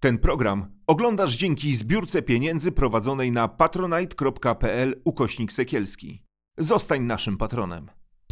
Ten program oglądasz dzięki zbiórce pieniędzy prowadzonej na patronite.pl/Sekielski. Zostań naszym patronem.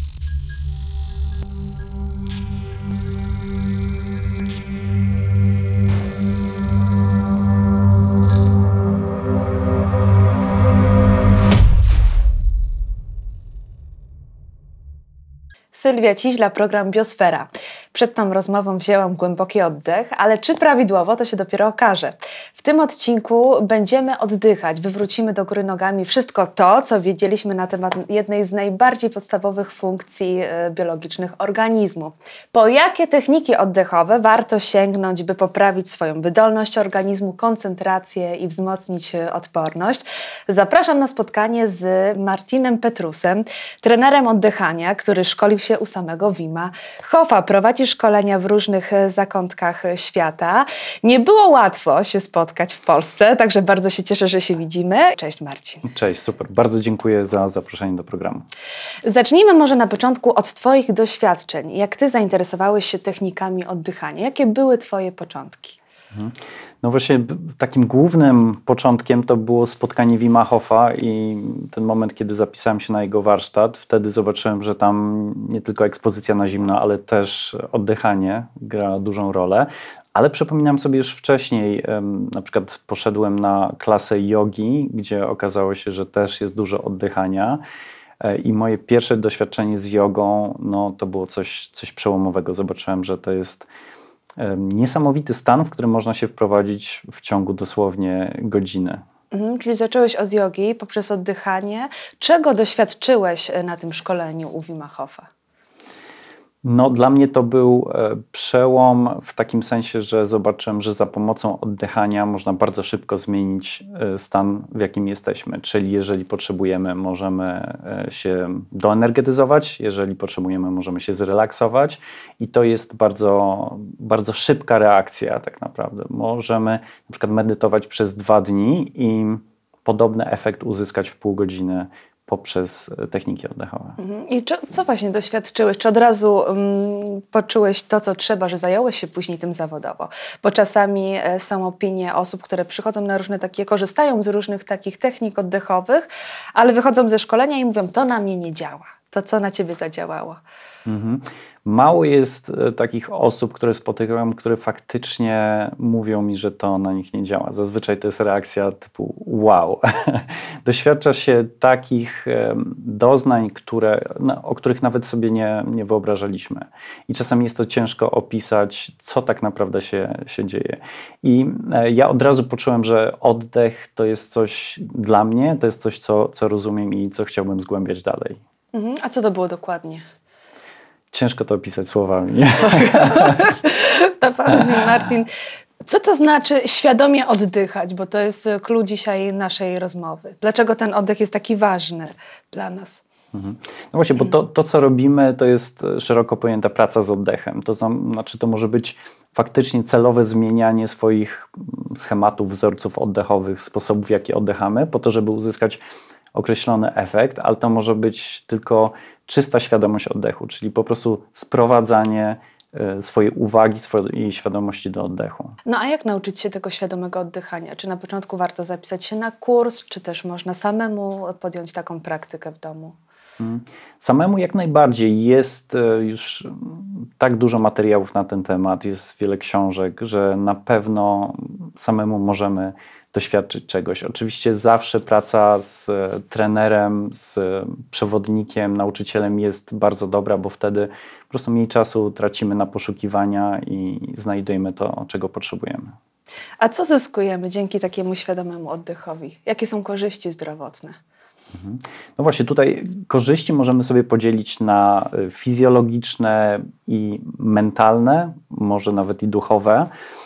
Sylwia Ciźla, program Biosfera. Przed tą rozmową wzięłam głęboki oddech, ale czy prawidłowo, to się dopiero okaże. W tym odcinku będziemy oddychać, wywrócimy do góry nogami wszystko to, co wiedzieliśmy na temat jednej z najbardziej podstawowych funkcji biologicznych organizmu. Po jakie techniki oddechowe warto sięgnąć, by poprawić swoją wydolność organizmu, koncentrację i wzmocnić odporność? Zapraszam na spotkanie z Martinem Petrusem, trenerem oddychania, który szkolił się u samego Wima Hofa. Prowadzi szkolenia w różnych zakątkach świata. Nie było łatwo się spotkać w Polsce, także bardzo się cieszę, że się widzimy. Cześć Marcin. Cześć, super. Bardzo dziękuję za zaproszenie do programu. Zacznijmy może na początku od Twoich doświadczeń. Jak Ty zainteresowałeś się technikami oddychania? Jakie były Twoje początki? No właśnie takim głównym początkiem to było spotkanie Wima Hofa i ten moment, kiedy zapisałem się na jego warsztat. Wtedy zobaczyłem, że tam nie tylko ekspozycja na zimno, ale też oddychanie gra dużą rolę. Ale przypominam sobie już wcześniej, na przykład poszedłem na klasę jogi, gdzie okazało się, że też jest dużo oddychania. I moje pierwsze doświadczenie z jogą, no to było coś przełomowego. Zobaczyłem, że to jest niesamowity stan, w którym można się wprowadzić w ciągu dosłownie godziny. Czyli zacząłeś od jogi poprzez oddychanie. Czego doświadczyłeś na tym szkoleniu u Wima Hofa? No, dla mnie to był przełom w takim sensie, że zobaczyłem, że za pomocą oddychania można bardzo szybko zmienić stan, w jakim jesteśmy. Czyli jeżeli potrzebujemy, możemy się doenergetyzować, jeżeli potrzebujemy, możemy się zrelaksować i to jest bardzo, bardzo szybka reakcja tak naprawdę. Możemy na przykład medytować przez 2 dni i podobny efekt uzyskać w pół godziny poprzez techniki oddechowe. I co właśnie doświadczyłeś? Czy od razu poczułeś to, co trzeba, że zająłeś się później tym zawodowo? Bo czasami są opinie osób, które przychodzą na różne takie, korzystają z różnych takich technik oddechowych, ale wychodzą ze szkolenia i mówią, to na mnie nie działa. To co na Ciebie zadziałało? Mało jest takich osób, które spotykam, które faktycznie mówią mi, że to na nich nie działa. Zazwyczaj to jest reakcja typu wow. Doświadcza się takich doznań, o których nawet sobie nie wyobrażaliśmy. I czasami jest to ciężko opisać, co tak naprawdę się dzieje. I ja od razu poczułem, że oddech to jest coś dla mnie, to jest coś, co rozumiem i co chciałbym zgłębiać dalej. A co to było dokładnie? Ciężko to opisać słowami. Nie? To powiedz mi, Martin, co to znaczy świadomie oddychać? Bo to jest klucz dzisiaj naszej rozmowy. Dlaczego ten oddech jest taki ważny dla nas? No właśnie, bo to, co robimy, to jest szeroko pojęta praca z oddechem. To znaczy, to może być faktycznie celowe zmienianie swoich schematów, wzorców oddechowych, sposobów, w jaki oddychamy, po to, żeby uzyskać określony efekt, ale to może być tylko czysta świadomość oddechu, czyli po prostu sprowadzanie swojej uwagi, swojej świadomości do oddechu. No a jak nauczyć się tego świadomego oddychania? Czy na początku warto zapisać się na kurs, czy też można samemu podjąć taką praktykę w domu? Samemu jak najbardziej. Jest już tak dużo materiałów na ten temat, jest wiele książek, że na pewno samemu możemy doświadczyć czegoś. Oczywiście zawsze praca z trenerem, z przewodnikiem, nauczycielem jest bardzo dobra, bo wtedy po prostu mniej czasu tracimy na poszukiwania i znajdujemy to, czego potrzebujemy. A co zyskujemy dzięki takiemu świadomemu oddechowi? Jakie są korzyści zdrowotne? No właśnie, tutaj korzyści możemy sobie podzielić na fizjologiczne i mentalne, może nawet i duchowe.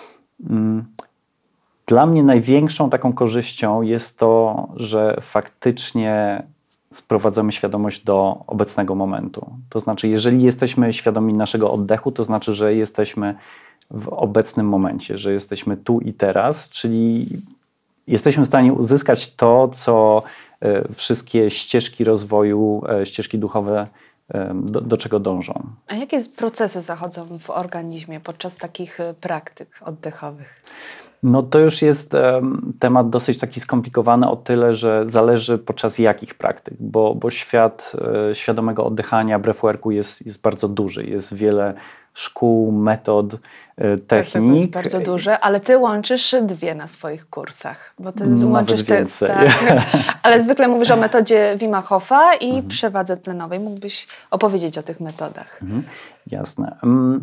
Dla mnie największą taką korzyścią jest to, że faktycznie sprowadzamy świadomość do obecnego momentu. To znaczy, jeżeli jesteśmy świadomi naszego oddechu, to znaczy, że jesteśmy w obecnym momencie, że jesteśmy tu i teraz, czyli jesteśmy w stanie uzyskać to, co wszystkie ścieżki rozwoju, ścieżki duchowe do czego dążą. A jakie procesy zachodzą w organizmie podczas takich praktyk oddechowych? No to już jest temat dosyć taki skomplikowany o tyle, że zależy podczas jakich praktyk, bo świat świadomego oddychania, breathworku jest bardzo duży. Jest wiele szkół, metod, technik. Tak, jest bardzo duże, ale ty łączysz dwie na swoich kursach, bo ty Nawet łączysz więcej. ale zwykle mówisz o metodzie Wima Hofa i przewadze tlenowej. Mógłbyś opowiedzieć o tych metodach? Jasne.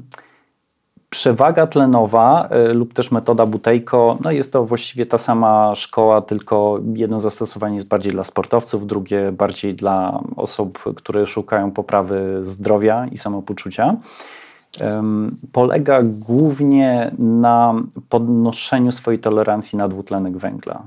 Przewaga tlenowa lub też metoda Buteyko, no jest to właściwie ta sama szkoła, tylko jedno zastosowanie jest bardziej dla sportowców, drugie bardziej dla osób, które szukają poprawy zdrowia i samopoczucia. Polega głównie na podnoszeniu swojej tolerancji na dwutlenek węgla.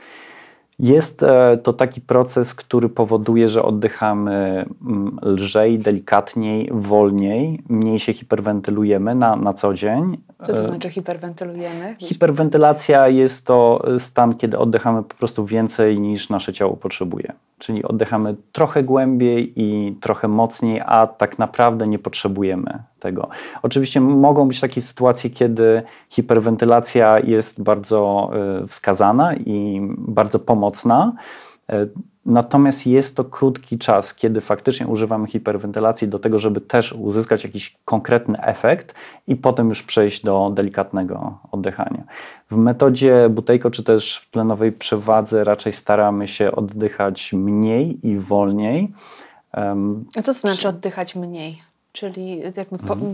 Jest to taki proces, który powoduje, że oddychamy lżej, delikatniej, wolniej, mniej się hiperwentylujemy na co dzień. Co to znaczy hiperwentylujemy? Hiperwentylacja jest to stan, kiedy oddychamy po prostu więcej niż nasze ciało potrzebuje. Czyli oddychamy trochę głębiej i trochę mocniej, a tak naprawdę nie potrzebujemy tego. Oczywiście mogą być takie sytuacje, kiedy hiperwentylacja jest bardzo wskazana i bardzo pomocna. Natomiast jest to krótki czas, kiedy faktycznie używamy hiperwentylacji do tego, żeby też uzyskać jakiś konkretny efekt i potem już przejść do delikatnego oddychania. W metodzie Buteyko czy też w tlenowej przewadze raczej staramy się oddychać mniej i wolniej. A co to znaczy oddychać mniej? Czyli jakby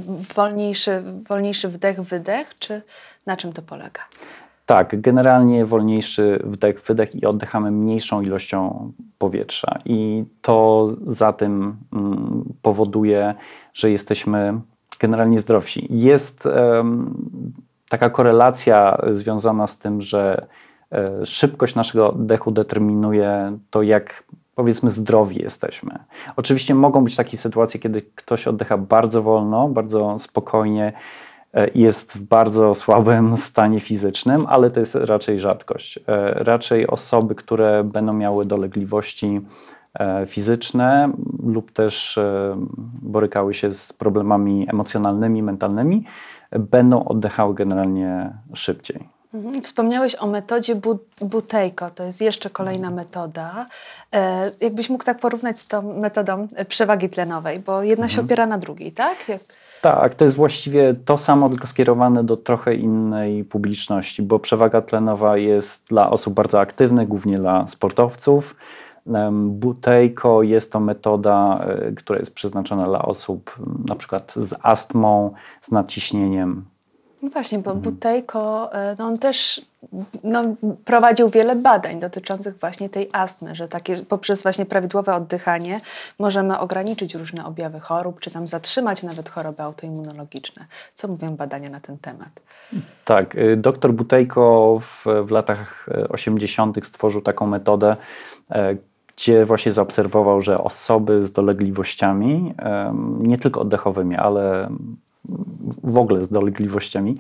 wolniejszy wdech, wydech, czy na czym to polega? Tak, generalnie wolniejszy wdech, wydech i oddychamy mniejszą ilością powietrza i to za tym powoduje, że jesteśmy generalnie zdrowsi. Jest taka korelacja związana z tym, że szybkość naszego oddechu determinuje to, jak powiedzmy zdrowi jesteśmy. Oczywiście mogą być takie sytuacje, kiedy ktoś oddycha bardzo wolno, bardzo spokojnie, jest w bardzo słabym stanie fizycznym, ale to jest raczej rzadkość. Raczej osoby, które będą miały dolegliwości fizyczne lub też borykały się z problemami emocjonalnymi, mentalnymi, będą oddychały generalnie szybciej. Wspomniałeś o metodzie Buteyko, to jest jeszcze kolejna metoda. Jakbyś mógł tak porównać z tą metodą przewagi tlenowej, bo jedna się opiera na drugiej, tak? Tak, to jest właściwie to samo, tylko skierowane do trochę innej publiczności, bo przewaga tlenowa jest dla osób bardzo aktywnych, głównie dla sportowców. Buteyko jest to metoda, która jest przeznaczona dla osób na przykład z astmą, z nadciśnieniem. No właśnie, bo Buteyko, on też prowadził wiele badań dotyczących właśnie tej astmy, że poprzez właśnie prawidłowe oddychanie możemy ograniczyć różne objawy chorób, czy tam zatrzymać nawet choroby autoimmunologiczne. Co mówią badania na ten temat? Tak, dr Buteyko w latach 80. stworzył taką metodę, gdzie właśnie zaobserwował, że osoby z dolegliwościami, nie tylko oddechowymi, ale w ogóle z dolegliwościami,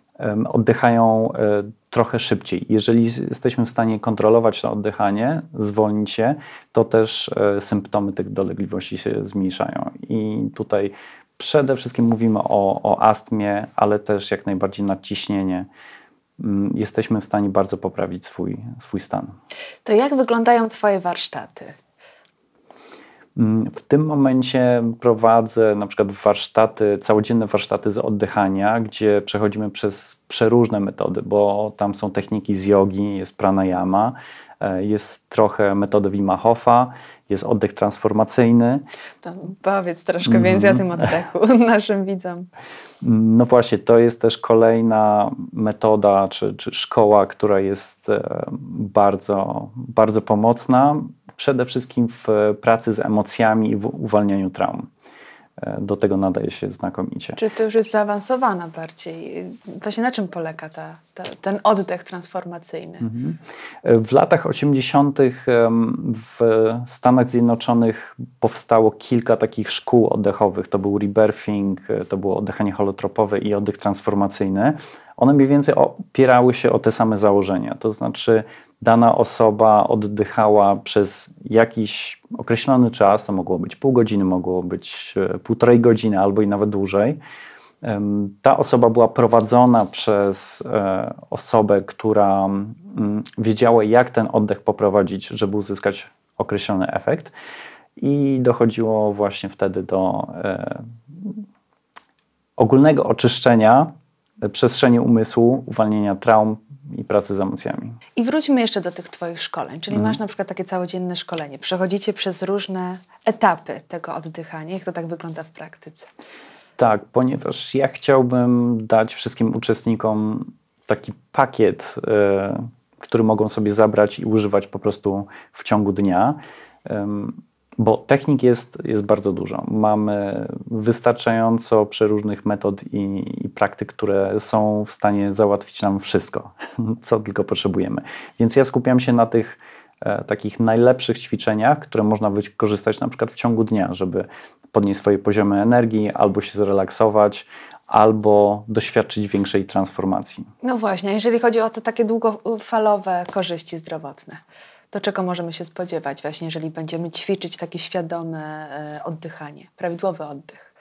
oddychają trochę szybciej. Jeżeli jesteśmy w stanie kontrolować to oddychanie, zwolnić się, to też symptomy tych dolegliwości się zmniejszają. I tutaj przede wszystkim mówimy o astmie, ale też jak najbardziej nadciśnienie. Jesteśmy w stanie bardzo poprawić swój stan. To jak wyglądają Twoje warsztaty? W tym momencie prowadzę na przykład całodzienne warsztaty z oddychania, gdzie przechodzimy przez przeróżne metody, bo tam są techniki z jogi, jest pranayama, jest trochę metody Wima Hofa, jest oddech transformacyjny. To powiedz troszkę więcej o tym oddechu naszym widzom. No właśnie, to jest też kolejna metoda czy szkoła, która jest bardzo, bardzo pomocna. Przede wszystkim w pracy z emocjami i w uwalnianiu traum. Do tego nadaje się znakomicie. Czy to już jest zaawansowana bardziej? Właśnie na czym polega ten oddech transformacyjny? W latach 80. w Stanach Zjednoczonych powstało kilka takich szkół oddechowych. To był rebirthing, to było oddychanie holotropowe i oddech transformacyjny. One mniej więcej opierały się o te same założenia. To znaczy dana osoba oddychała przez jakiś określony czas, to mogło być pół godziny, mogło być 1,5 godziny albo i nawet dłużej. Ta osoba była prowadzona przez osobę, która wiedziała, jak ten oddech poprowadzić, żeby uzyskać określony efekt. I dochodziło właśnie wtedy do ogólnego oczyszczenia przestrzeni umysłu, uwalnienia traum i pracy z emocjami. I wróćmy jeszcze do tych Twoich szkoleń, czyli masz na przykład takie całodzienne szkolenie. Przechodzicie przez różne etapy tego oddychania. Jak to tak wygląda w praktyce? Tak, ponieważ ja chciałbym dać wszystkim uczestnikom taki pakiet, który mogą sobie zabrać i używać po prostu w ciągu dnia, bo technik jest bardzo dużo. Mamy wystarczająco przeróżnych metod i praktyk, które są w stanie załatwić nam wszystko, co tylko potrzebujemy. Więc ja skupiam się na tych takich najlepszych ćwiczeniach, które można wykorzystać na przykład w ciągu dnia, żeby podnieść swoje poziomy energii, albo się zrelaksować, albo doświadczyć większej transformacji. No właśnie, a jeżeli chodzi o te takie długofalowe korzyści zdrowotne, to czego możemy się spodziewać właśnie, jeżeli będziemy ćwiczyć takie świadome oddychanie, prawidłowy oddech?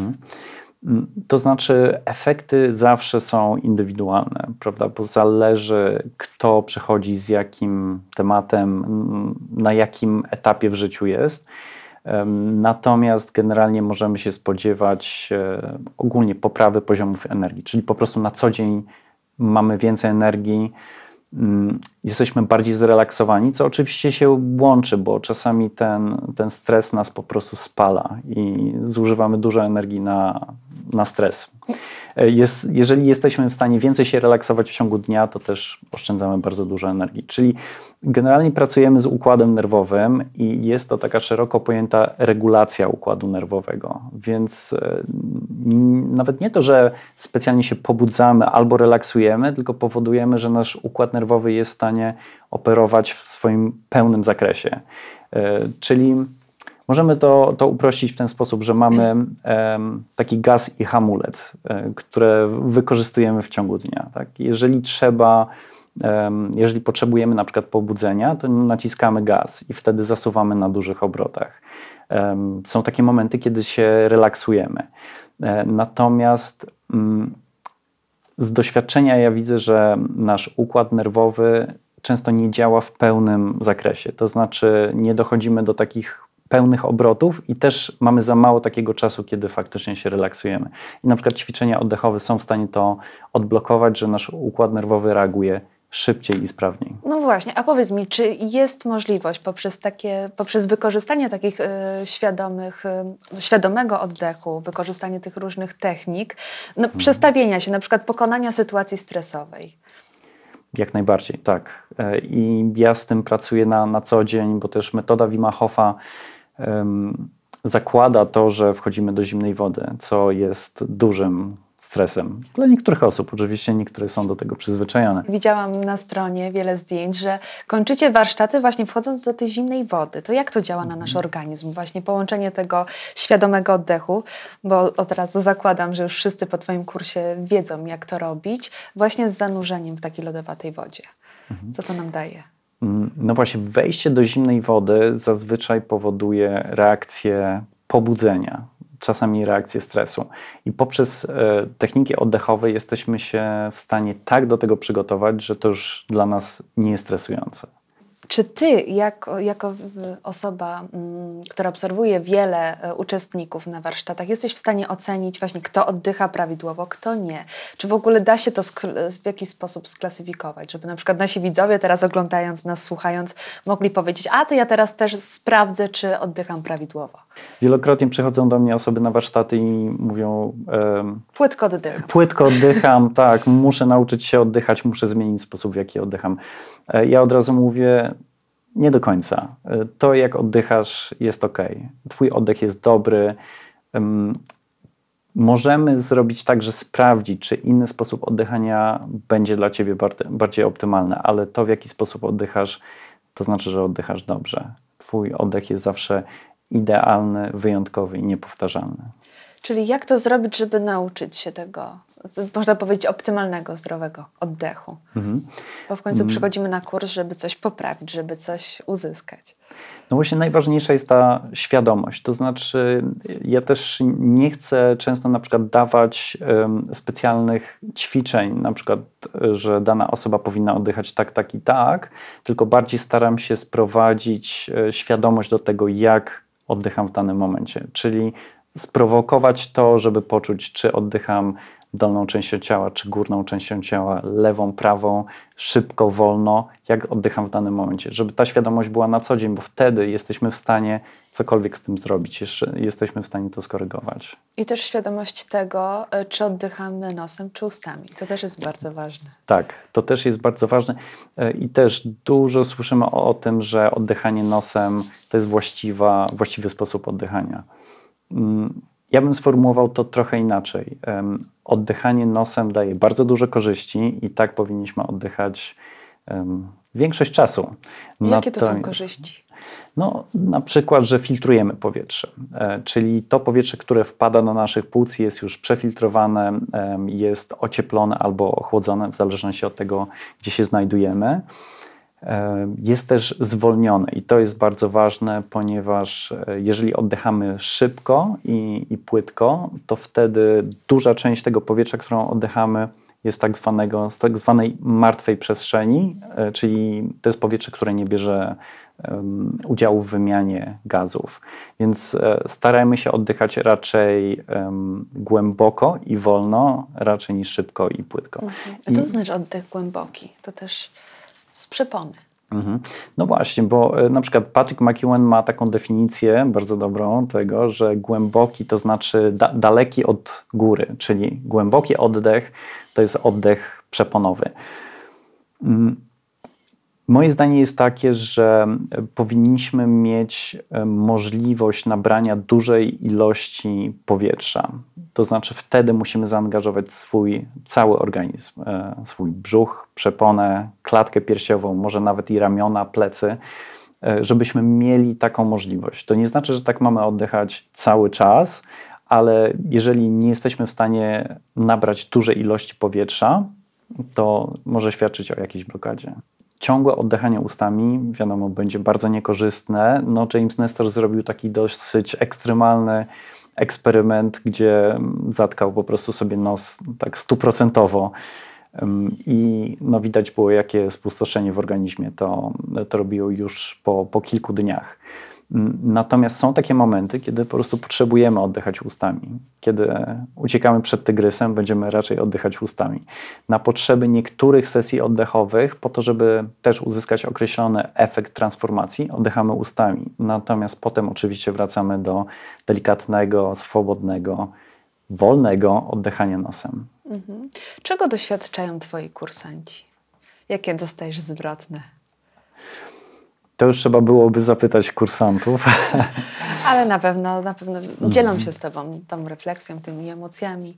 To znaczy efekty zawsze są indywidualne, prawda? Bo zależy, kto przychodzi z jakim tematem, na jakim etapie w życiu jest. Natomiast generalnie możemy się spodziewać ogólnie poprawy poziomów energii, czyli po prostu na co dzień mamy więcej energii, jesteśmy bardziej zrelaksowani, co oczywiście się łączy, bo czasami ten stres nas po prostu spala i zużywamy dużo energii na stres. Jeżeli jesteśmy w stanie więcej się relaksować w ciągu dnia, to też oszczędzamy bardzo dużo energii. Czyli generalnie pracujemy z układem nerwowym i jest to taka szeroko pojęta regulacja układu nerwowego. Więc nawet nie to, że specjalnie się pobudzamy albo relaksujemy, tylko powodujemy, że nasz układ nerwowy jest w stanie operować w swoim pełnym zakresie. Czyli możemy to uprościć w ten sposób, że mamy taki gaz i hamulec, które wykorzystujemy w ciągu dnia. Tak? Jeżeli potrzebujemy na przykład pobudzenia, to naciskamy gaz i wtedy zasuwamy na dużych obrotach. Są takie momenty, kiedy się relaksujemy. Natomiast z doświadczenia ja widzę, że nasz układ nerwowy często nie działa w pełnym zakresie. To znaczy nie dochodzimy do takich pełnych obrotów i też mamy za mało takiego czasu, kiedy faktycznie się relaksujemy. I na przykład ćwiczenia oddechowe są w stanie to odblokować, że nasz układ nerwowy reaguje szybciej i sprawniej. No właśnie, a powiedz mi, czy jest możliwość poprzez wykorzystanie takich świadomego oddechu, wykorzystanie tych różnych technik, przestawienia się, na przykład pokonania sytuacji stresowej? Jak najbardziej, tak. I ja z tym pracuję na co dzień, bo też metoda Wima Hofa zakłada to, że wchodzimy do zimnej wody, co jest dużym stresem. Dla niektórych osób, oczywiście niektóre są do tego przyzwyczajone. Widziałam na stronie wiele zdjęć, że kończycie warsztaty właśnie wchodząc do tej zimnej wody. To jak to działa na nasz organizm? Właśnie połączenie tego świadomego oddechu, bo od razu zakładam, że już wszyscy po Twoim kursie wiedzą, jak to robić, właśnie z zanurzeniem w takiej lodowatej wodzie. Co to nam daje? No właśnie, wejście do zimnej wody zazwyczaj powoduje reakcję pobudzenia, czasami reakcję stresu. I poprzez techniki oddechowe jesteśmy się w stanie tak do tego przygotować, że to już dla nas nie jest stresujące. Czy Ty, jako osoba, która obserwuje wiele uczestników na warsztatach, jesteś w stanie ocenić właśnie, kto oddycha prawidłowo, kto nie? Czy w ogóle da się to w jakiś sposób sklasyfikować, żeby na przykład nasi widzowie teraz oglądając nas, słuchając, mogli powiedzieć, a to ja teraz też sprawdzę, czy oddycham prawidłowo. Wielokrotnie przychodzą do mnie osoby na warsztaty i mówią... Płytko oddycham. Płytko oddycham, tak, muszę nauczyć się oddychać, muszę zmienić sposób, w jaki oddycham. Ja od razu mówię, nie do końca. To, jak oddychasz, jest ok. Twój oddech jest dobry. Możemy zrobić tak, że sprawdzić, czy inny sposób oddychania będzie dla Ciebie bardziej optymalny, ale to, w jaki sposób oddychasz, to znaczy, że oddychasz dobrze. Twój oddech jest zawsze idealny, wyjątkowy i niepowtarzalny. Czyli jak to zrobić, żeby nauczyć się tego można powiedzieć, optymalnego, zdrowego oddechu. Bo w końcu przychodzimy na kurs, żeby coś poprawić, żeby coś uzyskać. No właśnie najważniejsza jest ta świadomość. To znaczy ja też nie chcę często na przykład dawać specjalnych ćwiczeń, na przykład, że dana osoba powinna oddychać tak, tak i tak, tylko bardziej staram się sprowadzić świadomość do tego, jak oddycham w danym momencie. Czyli sprowokować to, żeby poczuć, czy oddycham dolną częścią ciała, czy górną częścią ciała, lewą, prawą, szybko, wolno, jak oddycham w danym momencie. Żeby ta świadomość była na co dzień, bo wtedy jesteśmy w stanie cokolwiek z tym zrobić, jesteśmy w stanie to skorygować. I też świadomość tego, czy oddychamy nosem, czy ustami. To też jest bardzo ważne. Tak, to też jest bardzo ważne i też dużo słyszymy o tym, że oddychanie nosem to jest właściwy sposób oddychania. Ja bym sformułował to trochę inaczej. Oddychanie nosem daje bardzo dużo korzyści i tak powinniśmy oddychać większość czasu. Jakie to są korzyści? No, na przykład, że filtrujemy powietrze, czyli to powietrze, które wpada do naszych płuc, jest już przefiltrowane, jest ocieplone albo ochłodzone, w zależności od tego, gdzie się znajdujemy. Jest też zwolnione i to jest bardzo ważne, ponieważ jeżeli oddychamy szybko i płytko, to wtedy duża część tego powietrza, którą oddychamy, jest z tak zwanej martwej przestrzeni, czyli to jest powietrze, które nie bierze udziału w wymianie gazów. Więc starajmy się oddychać raczej głęboko i wolno, raczej niż szybko i płytko. A co to znaczy oddech głęboki? To też z przepony. No właśnie, bo na przykład Patrick McKeown ma taką definicję bardzo dobrą tego, że głęboki to znaczy daleki od góry, czyli głęboki oddech to jest oddech przeponowy. Moje zdanie jest takie, że powinniśmy mieć możliwość nabrania dużej ilości powietrza. To znaczy wtedy musimy zaangażować swój cały organizm, swój brzuch, przeponę, klatkę piersiową, może nawet i ramiona, plecy, żebyśmy mieli taką możliwość. To nie znaczy, że tak mamy oddychać cały czas, ale jeżeli nie jesteśmy w stanie nabrać dużej ilości powietrza, to może świadczyć o jakiejś blokadzie. Ciągłe oddychanie ustami, wiadomo, będzie bardzo niekorzystne. No, James Nestor zrobił taki dosyć ekstremalny eksperyment, gdzie zatkał po prostu sobie nos tak 100%. I no, widać było, jakie spustoszenie w organizmie to robiło już po kilku dniach. Natomiast są takie momenty, kiedy po prostu potrzebujemy oddychać ustami. Kiedy uciekamy przed tygrysem, będziemy raczej oddychać ustami. Na potrzeby niektórych sesji oddechowych, po to, żeby też uzyskać określony efekt transformacji, oddychamy ustami. Natomiast potem oczywiście wracamy do delikatnego, swobodnego, wolnego oddychania nosem. Czego doświadczają twoi kursanci? Jakie dostajesz zwrotne? To już trzeba byłoby zapytać kursantów. Ale na pewno dzielą się z tobą tą refleksją, tymi emocjami.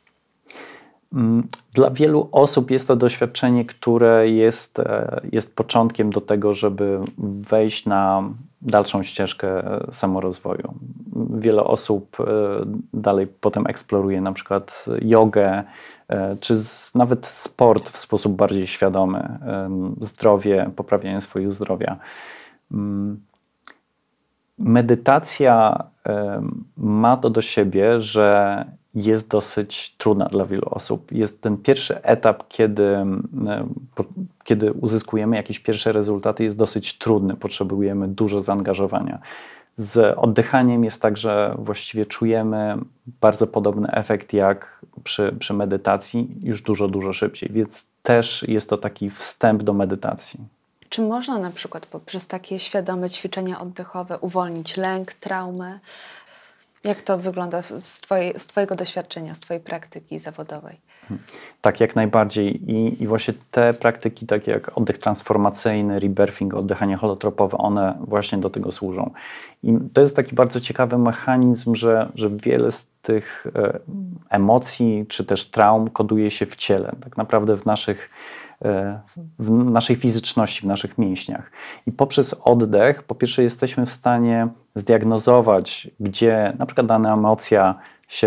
Dla wielu osób jest to doświadczenie, które jest początkiem do tego, żeby wejść na dalszą ścieżkę samorozwoju. Wiele osób dalej potem eksploruje na przykład jogę, czy nawet sport w sposób bardziej świadomy, zdrowie, poprawianie swojego zdrowia. Medytacja ma to do siebie, że jest dosyć trudna dla wielu osób. Jest ten pierwszy etap, kiedy uzyskujemy jakieś pierwsze rezultaty, jest dosyć trudny, potrzebujemy dużo zaangażowania. Z oddychaniem jest tak, że właściwie czujemy bardzo podobny efekt jak przy medytacji, już dużo szybciej, więc też jest to taki wstęp do medytacji. Czy można na przykład poprzez takie świadome ćwiczenia oddechowe uwolnić lęk, traumę? Jak to wygląda z twojego doświadczenia, z twojej praktyki zawodowej? Tak, jak najbardziej. I właśnie te praktyki, takie jak oddech transformacyjny, rebirthing, oddychanie holotropowe, one właśnie do tego służą. I to jest taki bardzo ciekawy mechanizm, że wiele z tych emocji czy też traum koduje się w ciele, tak naprawdę w naszej fizyczności, w naszych mięśniach. I poprzez oddech, po pierwsze, jesteśmy w stanie zdiagnozować, gdzie na przykład dana emocja się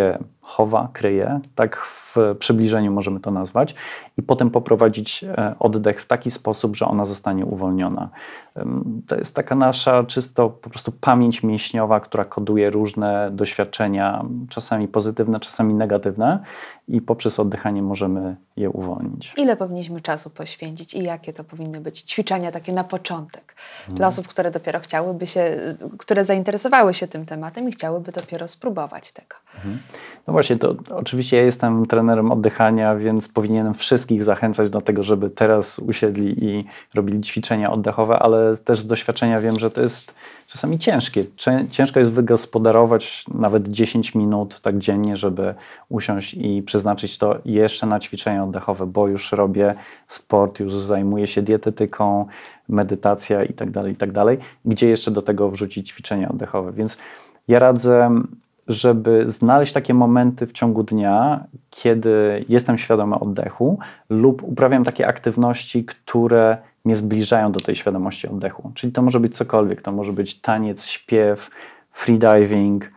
chowa, kryje, tak w przybliżeniu możemy to nazwać, i potem poprowadzić oddech w taki sposób, że ona zostanie uwolniona. To jest taka nasza czysto po prostu pamięć mięśniowa, która koduje różne doświadczenia, czasami pozytywne, czasami negatywne, i poprzez oddychanie możemy je uwolnić. Ile powinniśmy czasu poświęcić i jakie to powinny być ćwiczenia takie na początek? Dla osób, które dopiero które zainteresowały się tym tematem i chciałyby dopiero spróbować tego. No właśnie, to oczywiście ja jestem trenerem oddychania, więc powinienem wszystkich zachęcać do tego, żeby teraz usiedli i robili ćwiczenia oddechowe, ale też z doświadczenia wiem, że to jest czasami ciężkie. Ciężko jest wygospodarować nawet 10 minut tak dziennie, żeby usiąść i przeznaczyć to jeszcze na ćwiczenia oddechowe, bo już robię sport, już zajmuję się dietetyką, medytacja itd., gdzie jeszcze do tego wrzucić ćwiczenia oddechowe. Więc ja radzę, żeby znaleźć takie momenty w ciągu dnia, kiedy jestem świadomy oddechu lub uprawiam takie aktywności, które mnie zbliżają do tej świadomości oddechu. Czyli to może być cokolwiek, to może być taniec, śpiew, freediving,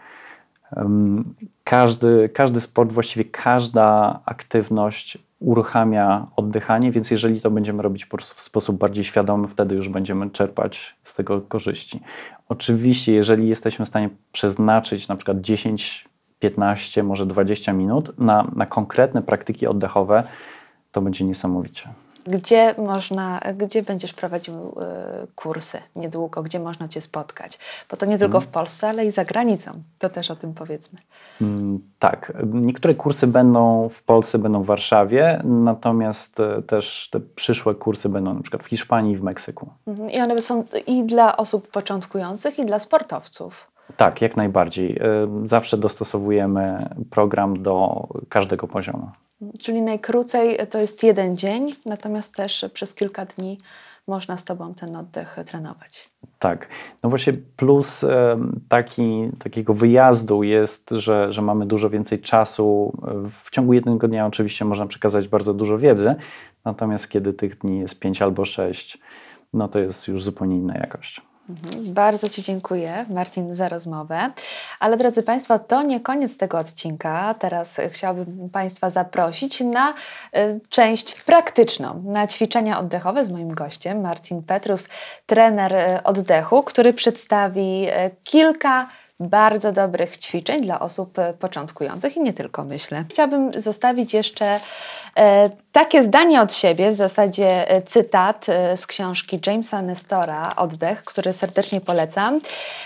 każdy sport, właściwie każda aktywność uruchamia oddychanie, więc jeżeli to będziemy robić po prostu w sposób bardziej świadomy, wtedy już będziemy czerpać z tego korzyści. Oczywiście, jeżeli jesteśmy w stanie przeznaczyć na przykład 10, 15, może 20 minut na konkretne praktyki oddechowe, to będzie niesamowicie. Gdzie będziesz prowadził kursy niedługo? Gdzie można Cię spotkać? Bo to nie tylko w Polsce, ale i za granicą. To też o tym powiedzmy. Tak. Niektóre kursy będą w Polsce, będą w Warszawie, natomiast też te przyszłe kursy będą na przykład w Hiszpanii i w Meksyku. I one są i dla osób początkujących, i dla sportowców. Tak, jak najbardziej. Zawsze dostosowujemy program do każdego poziomu. Czyli najkrócej to jest 1 dzień, natomiast też przez kilka dni można z Tobą ten oddech trenować. Tak. No właśnie plus takiego wyjazdu jest, że mamy dużo więcej czasu. W ciągu jednego dnia oczywiście można przekazać bardzo dużo wiedzy, natomiast kiedy tych dni jest 5 albo 6, no to jest już zupełnie inna jakość. Bardzo Ci dziękuję, Marcin, za rozmowę. Ale drodzy Państwo, to nie koniec tego odcinka. Teraz chciałabym Państwa zaprosić na część praktyczną, na ćwiczenia oddechowe z moim gościem, Marcin Petrus, trener oddechu, który przedstawi kilka bardzo dobrych ćwiczeń dla osób początkujących i nie tylko, myślę. Chciałabym zostawić jeszcze takie zdanie od siebie, w zasadzie cytat z książki Jamesa Nestora Oddech, który serdecznie polecam.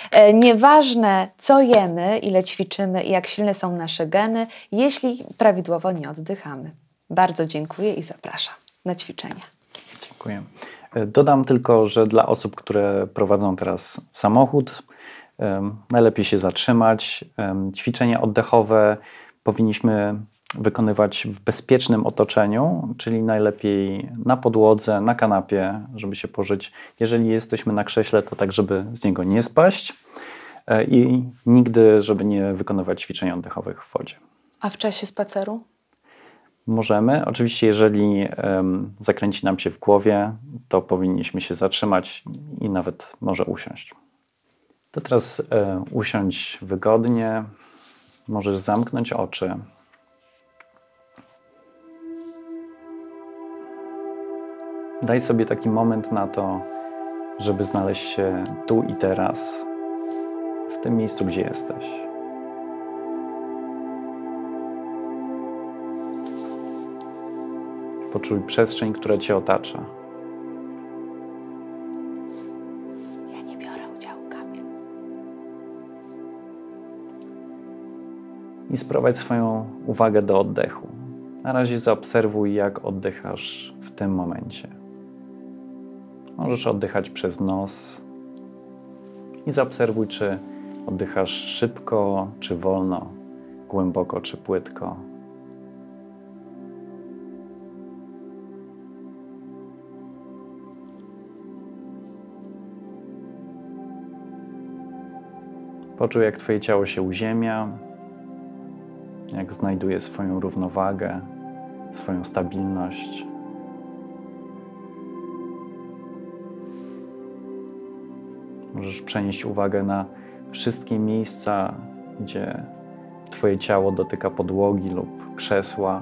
Nieważne co jemy, ile ćwiczymy i jak silne są nasze geny, jeśli prawidłowo nie oddychamy. Bardzo dziękuję i zapraszam na ćwiczenia. Dziękuję. Dodam tylko, że dla osób, które prowadzą teraz samochód, najlepiej się zatrzymać. Ćwiczenia oddechowe powinniśmy wykonywać w bezpiecznym otoczeniu, czyli najlepiej na podłodze, na kanapie, żeby się położyć. Jeżeli jesteśmy na krześle, to tak, żeby z niego nie spaść i nigdy, żeby nie wykonywać ćwiczeń oddechowych w wodzie. A w czasie spaceru? Możemy. Oczywiście, jeżeli zakręci nam się w głowie, to powinniśmy się zatrzymać i nawet może usiąść. To teraz usiądź wygodnie, możesz zamknąć oczy. Daj sobie taki moment na to, żeby znaleźć się tu i teraz, w tym miejscu, gdzie jesteś. Poczuj przestrzeń, która Cię otacza. I sprowadź swoją uwagę do oddechu. Na razie zaobserwuj, jak oddychasz w tym momencie. Możesz oddychać przez nos i zaobserwuj, czy oddychasz szybko, czy wolno, głęboko, czy płytko. Poczuj, jak Twoje ciało się uziemia, jak znajduje swoją równowagę, swoją stabilność. Możesz przenieść uwagę na wszystkie miejsca, gdzie Twoje ciało dotyka podłogi lub krzesła.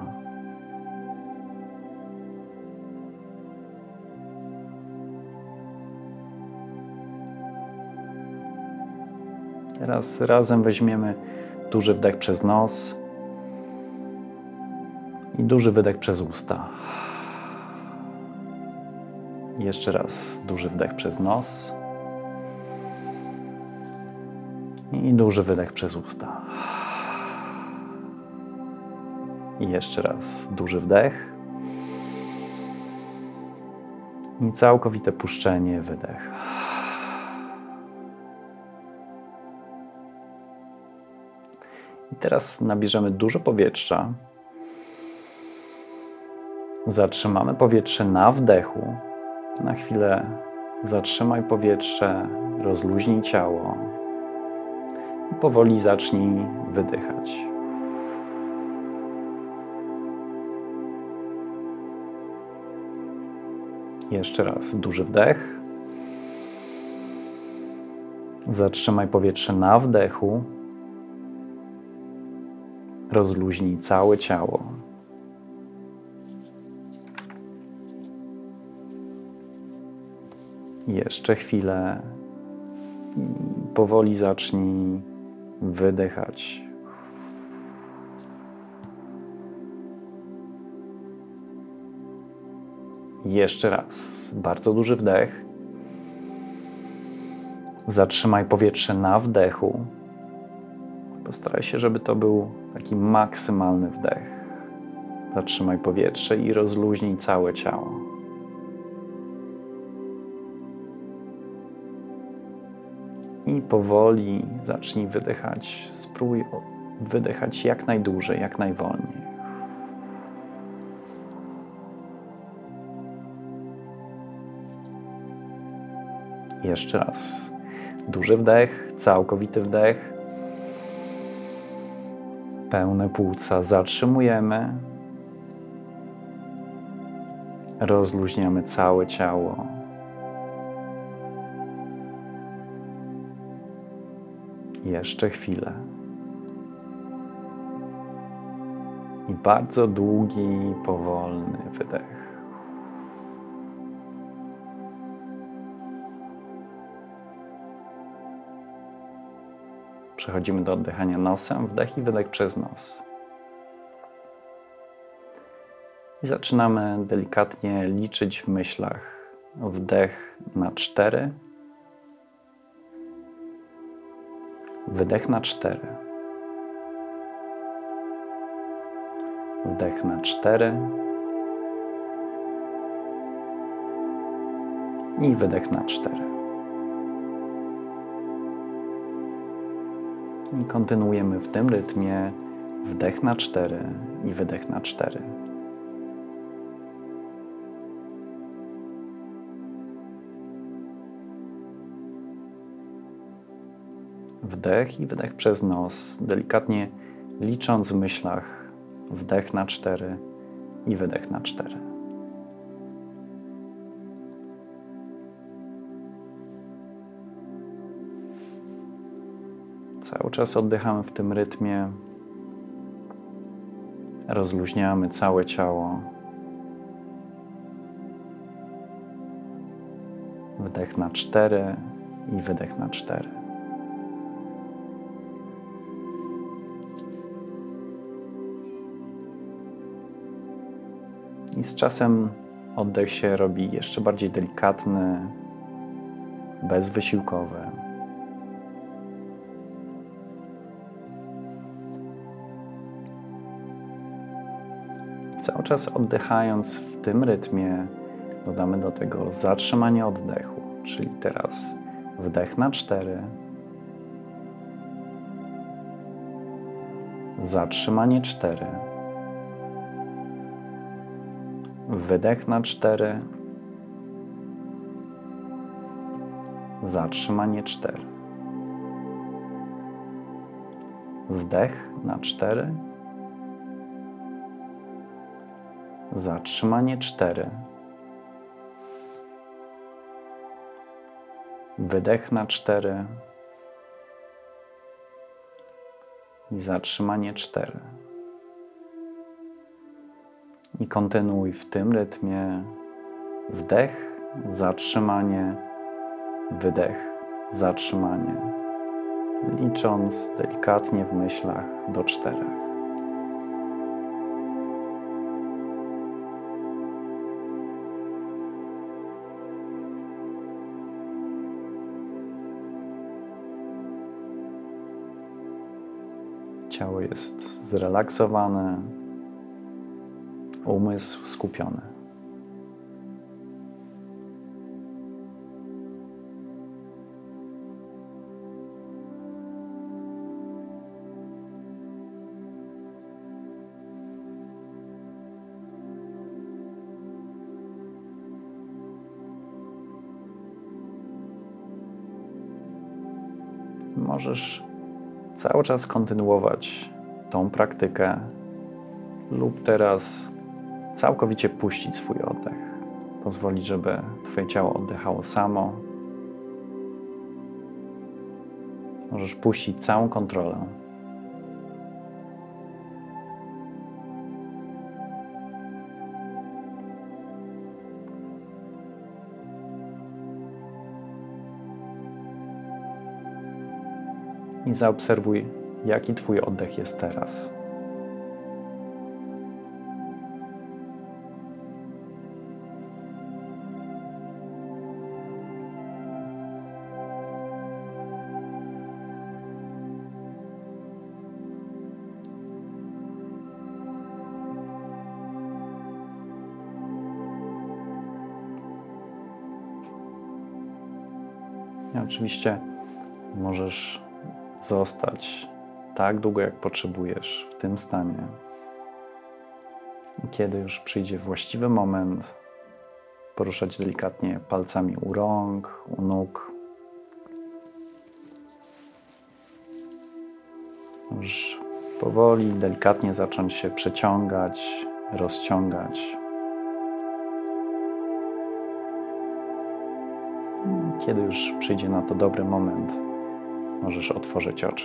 Teraz razem weźmiemy duży wdech przez nos i duży wydech przez usta. Jeszcze raz duży wdech przez nos i duży wydech przez usta. I jeszcze raz duży wdech i całkowite puszczenie, wydech. I teraz nabierzemy dużo powietrza. Zatrzymamy powietrze na wdechu. Na chwilę zatrzymaj powietrze, rozluźnij ciało i powoli zacznij wydychać. Jeszcze raz duży wdech. Zatrzymaj powietrze na wdechu. Rozluźnij całe ciało. Jeszcze chwilę i powoli zacznij wydychać. Jeszcze raz bardzo duży wdech. Zatrzymaj powietrze na wdechu. Postaraj się, żeby to był taki maksymalny wdech. Zatrzymaj powietrze i rozluźnij całe ciało. I powoli zacznij wydychać. Spróbuj wydychać jak najdłużej, jak najwolniej. Jeszcze raz. Duży wdech, całkowity wdech. Pełne płuca zatrzymujemy. Rozluźniamy całe ciało. Jeszcze chwilę. I bardzo długi, powolny wydech. Przechodzimy do oddychania nosem, wdech i wydech przez nos. I zaczynamy delikatnie liczyć w myślach. Wdech na 4. Wydech na 4. Wdech na 4. I wydech na 4. I kontynuujemy w tym rytmie. Wdech na 4 i wydech na 4. Wdech i wydech przez nos, delikatnie licząc w myślach. Wdech na 4 i wydech na 4. Cały czas oddychamy w tym rytmie. Rozluźniamy całe ciało. Wdech na 4 i wydech na 4. I z czasem oddech się robi jeszcze bardziej delikatny, bezwysiłkowy. Cały czas oddychając w tym rytmie dodamy do tego zatrzymanie oddechu, czyli teraz wdech na 4, zatrzymanie 4, wydech na 4, zatrzymanie 4, wdech na 4, zatrzymanie 4, wydech na 4, i zatrzymanie 4. I kontynuuj w tym rytmie wdech, zatrzymanie, wydech, zatrzymanie, licząc delikatnie w myślach do 4. Ciało jest zrelaksowane, umysł skupiony. Możesz cały czas kontynuować tą praktykę lub teraz całkowicie puścić swój oddech. Pozwolić, żeby Twoje ciało oddychało samo. Możesz puścić całą kontrolę. I zaobserwuj, jaki Twój oddech jest teraz. I oczywiście możesz zostać tak długo, jak potrzebujesz w tym stanie. I kiedy już przyjdzie właściwy moment, poruszać delikatnie palcami u rąk, u nóg. Możesz powoli, delikatnie zacząć się przeciągać, rozciągać. Kiedy już przyjdzie na to dobry moment, możesz otworzyć oczy.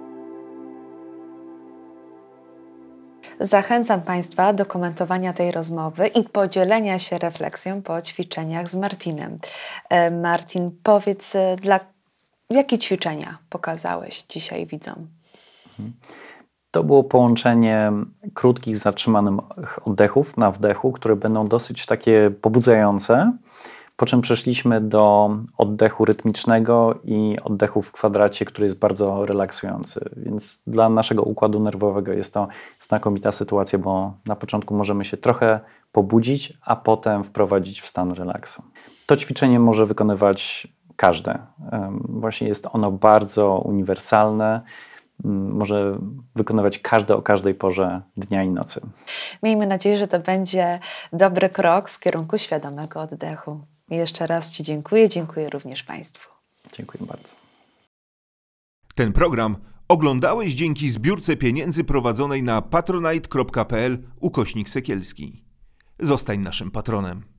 Zachęcam Państwa do komentowania tej rozmowy i podzielenia się refleksją po ćwiczeniach z Martinem. Martin, powiedz, jakie ćwiczenia pokazałeś dzisiaj widzom? To było połączenie krótkich, zatrzymanych oddechów na wdechu, które będą dosyć takie pobudzające, po czym przeszliśmy do oddechu rytmicznego i oddechu w kwadracie, który jest bardzo relaksujący. Więc dla naszego układu nerwowego jest to znakomita sytuacja, bo na początku możemy się trochę pobudzić, a potem wprowadzić w stan relaksu. To ćwiczenie może wykonywać każdy. Właśnie jest ono bardzo uniwersalne. Może wykonywać każdy o każdej porze dnia i nocy. Miejmy nadzieję, że to będzie dobry krok w kierunku świadomego oddechu. I jeszcze raz Ci dziękuję. Dziękuję również Państwu. Dziękuję bardzo. Ten program oglądałeś dzięki zbiórce pieniędzy prowadzonej na patronite.pl/Sekielski. Zostań naszym patronem.